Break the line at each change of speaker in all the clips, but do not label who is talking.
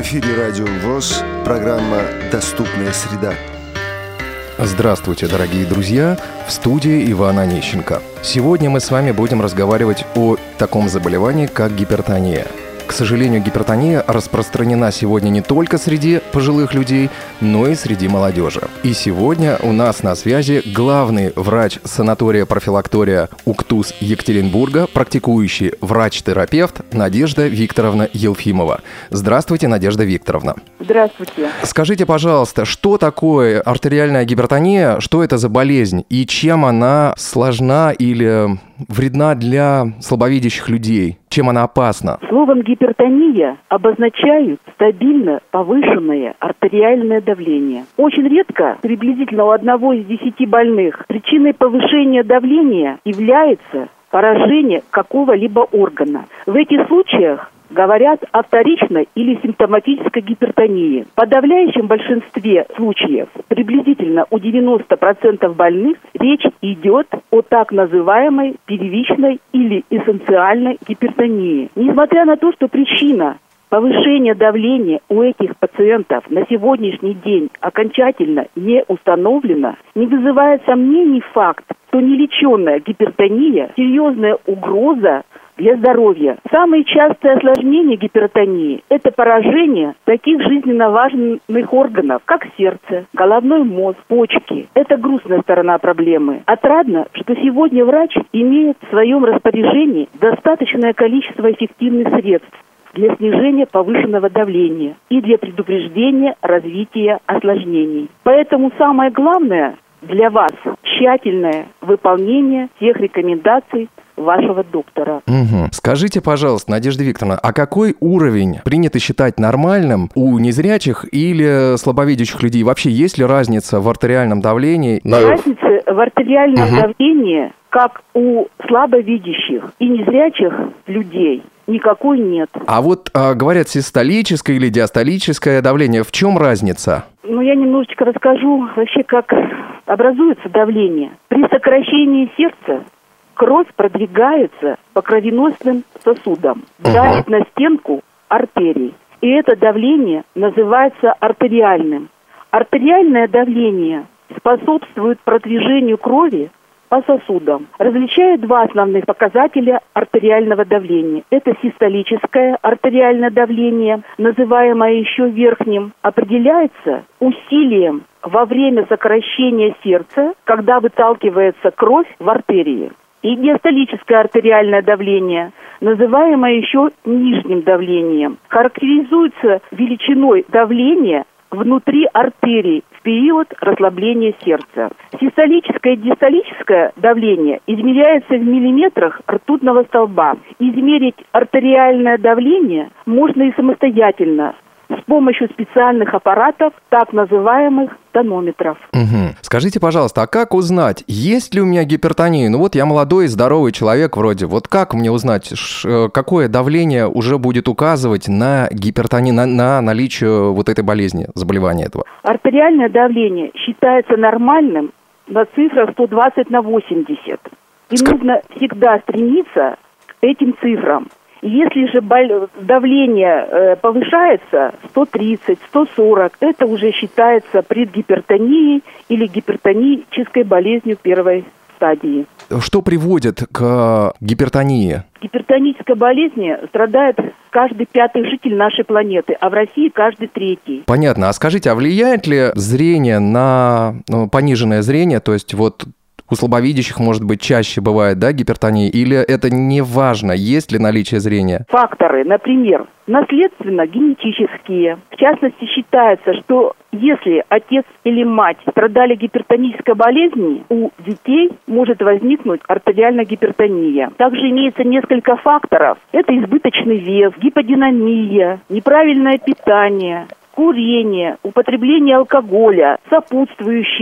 эфире Радио ВОС, программа «Доступная среда».
Здравствуйте, дорогие друзья! В студии Иван Онищенко. Сегодня мы с вами будем разговаривать о таком заболевании, как гипертония. К сожалению, гипертония распространена сегодня не только среди пожилых людей, но и среди молодежи. И сегодня у нас на связи главный врач санатория-профилактория УКТУС Екатеринбурга, практикующий врач-терапевт Надежда Викторовна Елфимова. Здравствуйте, Надежда Викторовна.
Здравствуйте.
Скажите, пожалуйста, что такое артериальная гипертония, что это за болезнь и чем она сложна или вредна для слабовидящих людей? Чем она опасна?
Словом гипертония обозначают стабильно повышенное артериальное давление. Очень редко, приблизительно у 1 из 10 больных, причиной повышения давления является поражение какого-либо органа. В этих случаях говорят о вторичной или симптоматической гипертонии. В подавляющем большинстве случаев, приблизительно у 90% больных, речь идет о так называемой первичной или эссенциальной гипертонии. Несмотря на то, что причина повышения давления у этих пациентов на сегодняшний день окончательно не установлена, не вызывает сомнений факт, что нелеченная гипертония – серьезная угроза для здоровья. Самые частые осложнения гипертонии – это поражение таких жизненно важных органов, как сердце, головной мозг, почки. Это грустная сторона проблемы. Отрадно, что сегодня врач имеет в своем распоряжении достаточное количество эффективных средств для снижения повышенного давления и для предупреждения развития осложнений. Поэтому самое главное для вас – тщательное выполнение всех рекомендаций вашего доктора.
Скажите, пожалуйста, Надежда Викторовна, а какой уровень принято считать нормальным у незрячих или слабовидящих людей? Вообще, есть ли разница в артериальном давлении?
Разницы в артериальном давлении, как у слабовидящих и незрячих людей, никакой нет.
А вот говорят, систолическое или диастолическое давление, в чем разница?
Я немножечко расскажу вообще, как образуется давление. При сокращении сердца кровь продвигается по кровеносным сосудам, давит на стенку артерий. И это давление называется артериальным. Артериальное давление способствует продвижению крови по сосудам. Различают два основных показателя артериального давления. Это систолическое артериальное давление, называемое еще верхним, определяется усилием во время сокращения сердца, когда выталкивается кровь в артерии. И диастолическое артериальное давление, называемое еще нижним давлением, характеризуется величиной давления внутри артерий в период расслабления сердца. Систолическое и диастолическое давление измеряется в миллиметрах ртутного столба. Измерить артериальное давление можно и самостоятельно с помощью специальных аппаратов, так называемых тонометров.
Скажите, пожалуйста, а как узнать, есть ли у меня гипертония? Я молодой и здоровый человек вроде. Вот как мне узнать, какое давление уже будет указывать на гипертонию, на наличие вот этой болезни, заболевания этого?
Артериальное давление считается нормальным на цифрах 120/80. И нужно всегда стремиться к этим цифрам. Если же давление повышается 130, 140, это уже считается предгипертонией или гипертонической болезнью первой стадии.
Что приводит к гипертонии?
Гипертонической болезнью страдает каждый 5-й житель нашей планеты, а в России каждый 3-й.
Понятно. А скажите, а влияет ли зрение на пониженное зрение, то есть у слабовидящих, может быть, чаще бывает, гипертония? Или это не важно, есть ли наличие зрения?
Факторы, например, наследственно-генетические. В частности, считается, что если отец или мать страдали гипертонической болезнью, у детей может возникнуть артериальная гипертония. Также имеется несколько факторов. Это избыточный вес, гиподинамия, неправильное питание, курение, употребление алкоголя, сопутствующие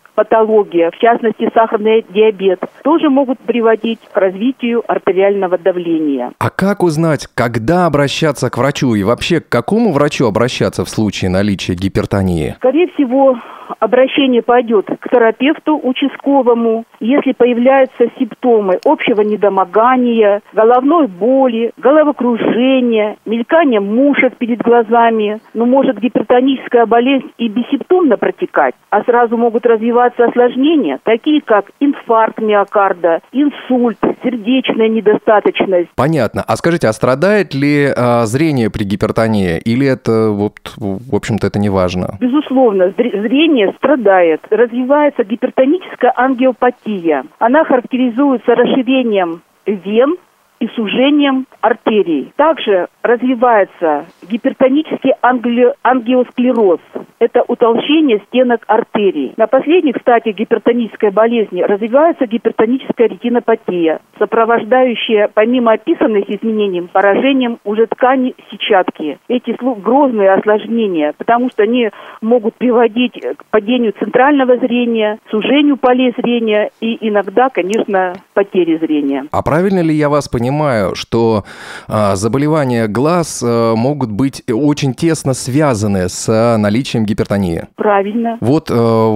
патология, в частности сахарный диабет, тоже могут приводить к развитию артериального давления.
А как узнать, когда обращаться к врачу и вообще к какому врачу обращаться в случае наличия гипертонии?
Скорее всего, обращение пойдет к терапевту участковому, если появляются симптомы общего недомогания, головной боли, головокружения, мелькания мушек перед глазами. Но может гипертоническая болезнь и бессимптомно протекать, а сразу могут развиваться осложнения, такие как инфаркт миокарда, инсульт, сердечная недостаточность.
Понятно. А скажите, а страдает ли зрение при гипертонии? Или это, в общем-то, это не важно?
Безусловно, зрение страдает. Развивается гипертоническая ангиопатия. Она характеризуется расширением вен и сужением артерий. Также развивается гипертонический ангиосклероз. Это утолщение стенок артерий. На последних стадиях гипертонической болезни развивается гипертоническая ретинопатия, сопровождающая, помимо описанных изменений, поражением уже ткани сетчатки. Эти грозные осложнения, потому что они могут приводить к падению центрального зрения, сужению полей зрения и иногда, конечно, потере зрения.
А правильно ли я вас понимаю, что заболевания глаз могут быть очень тесно связаны с наличием гипертонии?
Правильно.
Вот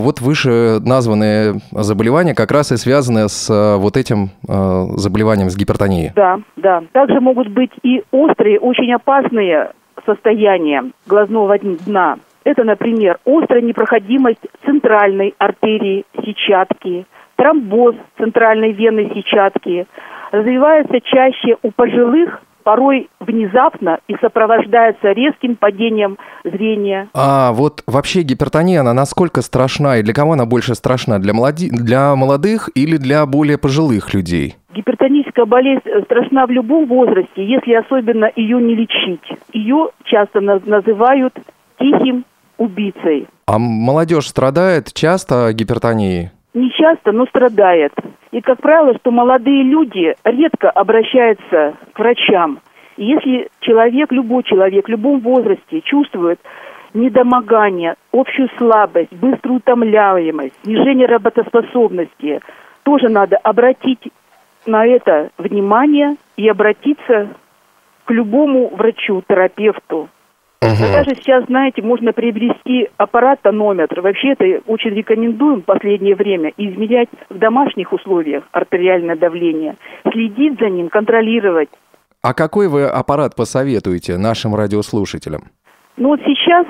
выше названные заболевания как раз и связаны с вот этим заболеванием, с гипертонией.
Да. Также могут быть и острые, очень опасные состояния глазного дна. Это, например, острая непроходимость центральной артерии сетчатки, тромбоз центральной вены сетчатки. Развивается чаще у пожилых, порой внезапно и сопровождается резким падением зрения.
А вот вообще гипертония, она насколько страшна и для кого она больше страшна? Для молодых или для более пожилых людей?
Гипертоническая болезнь страшна в любом возрасте, если особенно ее не лечить. Ее часто называют тихим убийцей.
А молодежь страдает часто гипертонией?
Не часто, но страдает. И, как правило, что молодые люди редко обращаются к врачам. И если любой человек в любом возрасте чувствует недомогание, общую слабость, быструю утомляемость, снижение работоспособности, тоже надо обратить на это внимание и обратиться к любому врачу, терапевту. Даже сейчас, знаете, можно приобрести аппарат-тонометр. Вообще это очень рекомендуем в последнее время. Измерять в домашних условиях артериальное давление. Следить за ним, контролировать.
А какой вы аппарат посоветуете нашим радиослушателям?
Ну вот сейчас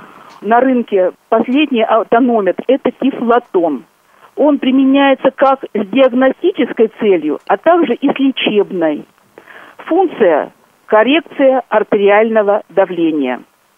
на рынке последний тонометр – это тифлотон. Он применяется как с диагностической целью, а также и с лечебной. Функция – коррекция артериального давления.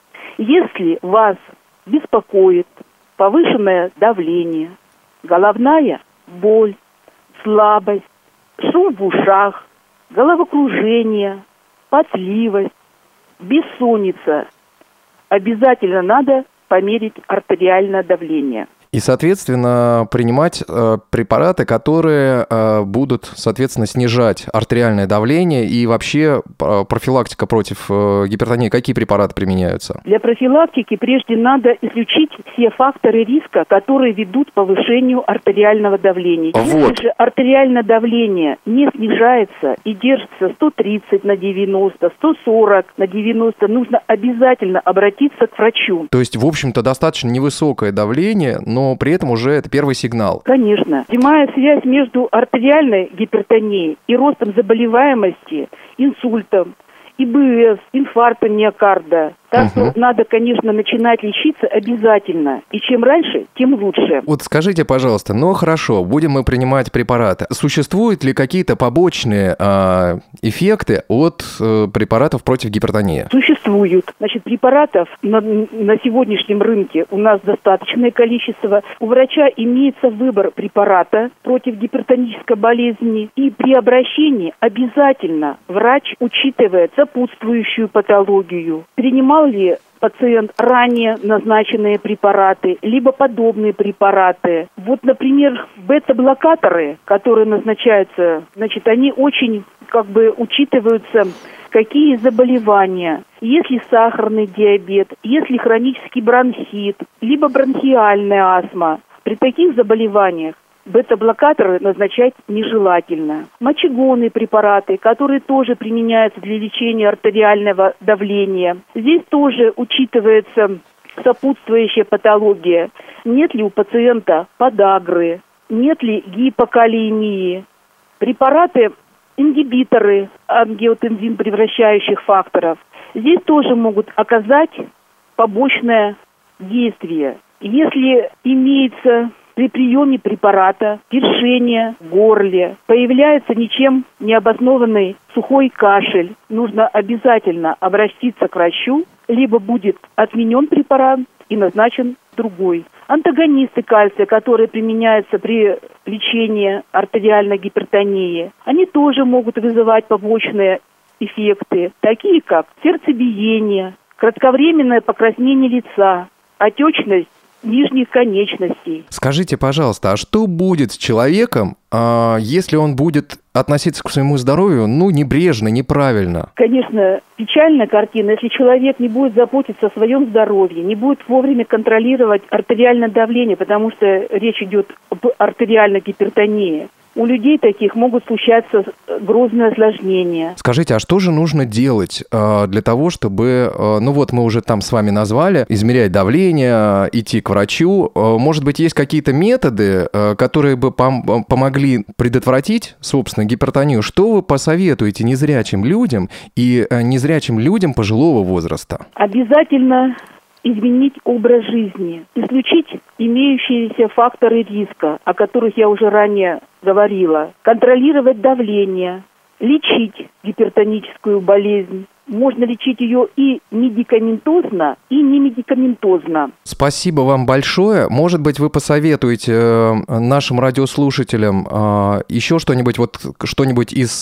Если вас беспокоит повышенное давление, головная боль, слабость, шум в ушах, головокружение, потливость, бессонница, обязательно надо померить артериальное давление.
И, соответственно, принимать препараты, которые будут, соответственно, снижать артериальное давление. И вообще профилактика против гипертонии, какие препараты применяются?
Для профилактики прежде надо исключить все факторы риска, которые ведут к повышению артериального давления. Если же артериальное давление не снижается и держится 130 на 90, 140 на 90, нужно обязательно обратиться к врачу.
То есть, в общем-то, достаточно невысокое давление, но при этом уже это первый сигнал.
Конечно. Прямая связь между артериальной гипертонией и ростом заболеваемости, инсультом, ИБС, инфарктом миокарда. Так что надо, конечно, начинать лечиться обязательно. И чем раньше, тем лучше.
Вот скажите, пожалуйста, хорошо, будем мы принимать препараты. Существуют ли какие-то побочные эффекты от препаратов против гипертонии?
Существуют. Значит, препаратов на сегодняшнем рынке у нас достаточное количество. У врача имеется выбор препарата против гипертонической болезни. И при обращении обязательно врач учитывает сопутствующую патологию. Принимал ли пациент ранее назначенные препараты, либо подобные препараты. Вот, например, бета-блокаторы, которые назначаются, значит, они очень учитываются, какие заболевания. Если сахарный диабет, если хронический бронхит, либо бронхиальная астма, При таких заболеваниях бета-блокаторы назначать нежелательно. Мочегонные препараты, которые тоже применяются для лечения артериального давления. Здесь тоже учитывается сопутствующая патология. Нет ли у пациента подагры, нет ли гипокалиемии. Препараты, ингибиторы ангиотензин превращающих факторов, здесь тоже могут оказать побочное действие. Если имеется при приеме препарата першение в горле, появляется ничем не обоснованный сухой кашель, нужно обязательно обратиться к врачу, либо будет отменен препарат и назначен другой. Антагонисты кальция, которые применяются при лечении артериальной гипертонии, они тоже могут вызывать побочные эффекты, такие как сердцебиение, кратковременное покраснение лица, отечность нижних конечностей.
Скажите, пожалуйста, а что будет с человеком, если он будет относиться к своему здоровью, небрежно, неправильно?
Конечно, печальная картина, если человек не будет заботиться о своем здоровье, не будет вовремя контролировать артериальное давление, потому что речь идет об артериальной гипертонии. У людей таких могут случаться грозные осложнения.
Скажите, а что же нужно делать для того, чтобы, мы уже там с вами назвали, измерять давление, идти к врачу? Может быть, есть какие-то методы, которые бы помогли предотвратить, собственно, гипертонию? Что вы посоветуете незрячим людям и незрячим людям пожилого возраста?
Обязательно изменить образ жизни, исключить имеющиеся факторы риска, о которых я уже ранее говорила, контролировать давление, лечить гипертоническую болезнь. Можно лечить ее и медикаментозно, и немедикаментозно.
Спасибо вам большое. Может быть, вы посоветуете нашим радиослушателям еще что-нибудь из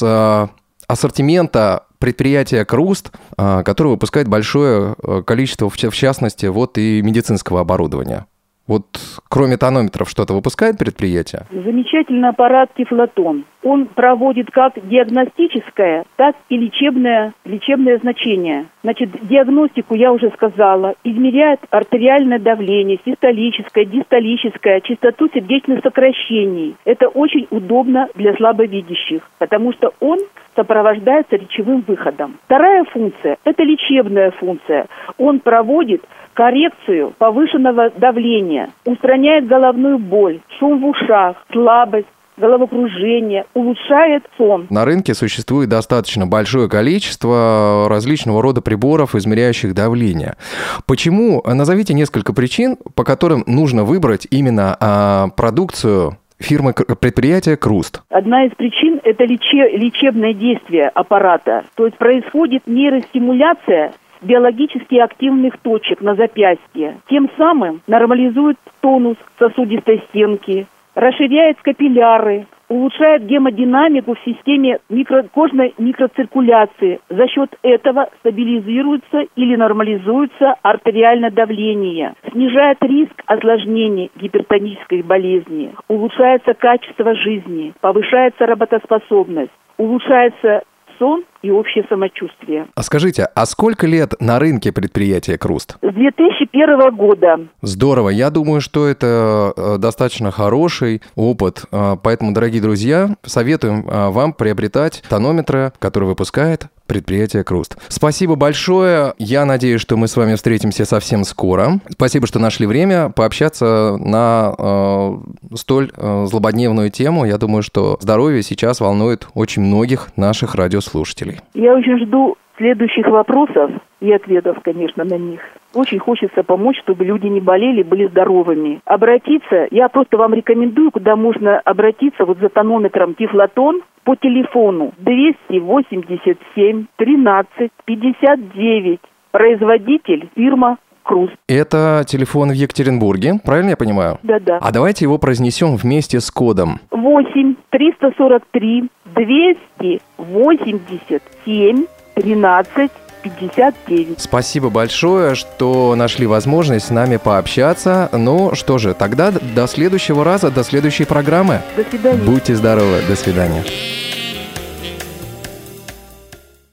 ассортимента предприятия «Круст», которое выпускает большое количество, в частности, и медицинского оборудования. Кроме тонометров, что-то выпускает предприятие?
Замечательный аппарат «Тифлотон». Он проводит как диагностическое, так и лечебное значение. Диагностику я уже сказала. Измеряет артериальное давление, систолическое, дистолическое, частоту сердечных сокращений. Это очень удобно для слабовидящих, потому что он сопровождается речевым выходом. Вторая функция – это лечебная функция. Он проводит коррекцию повышенного давления, устраняет головную боль, шум в ушах, слабость, головокружение, улучшает сон.
На рынке существует достаточно большое количество различного рода приборов, измеряющих давление. Почему? Назовите несколько причин, по которым нужно выбрать именно продукцию предприятия «Круст».
Одна из причин – это лечебное действие аппарата. То есть происходит нейростимуляция биологически активных точек на запястье. Тем самым нормализует тонус сосудистой стенки, расширяет капилляры, улучшает гемодинамику в системе кожной микроциркуляции. За счет этого стабилизируется или нормализуется артериальное давление, снижает риск осложнений гипертонической болезни, улучшается качество жизни, повышается работоспособность, улучшается сон и общее самочувствие.
А скажите, а сколько лет на рынке предприятия «Круст»?
С 2001 года.
Здорово. Я думаю, что это достаточно хороший опыт. Поэтому, дорогие друзья, советуем вам приобретать тонометры, которые выпускает предприятие «Круст». Спасибо большое. Я надеюсь, что мы с вами встретимся совсем скоро. Спасибо, что нашли время пообщаться на столь злободневную тему. Я думаю, что здоровье сейчас волнует очень многих наших радиослушателей.
Я очень жду следующих вопросов и ответов, конечно, на них. Очень хочется помочь, чтобы люди не болели, были здоровыми. Я просто вам рекомендую, куда можно обратиться за тонометром «Тифлотон» по телефону 287 13 59. Производитель фирма «Круст».
Это телефон в Екатеринбурге, правильно я понимаю?
Да. А
давайте его произнесем вместе с кодом.
8 343 287 13 59.
Спасибо большое, что нашли возможность с нами пообщаться. Что же, тогда до следующего раза, до следующей программы.
До свидания.
Будьте здоровы, до свидания.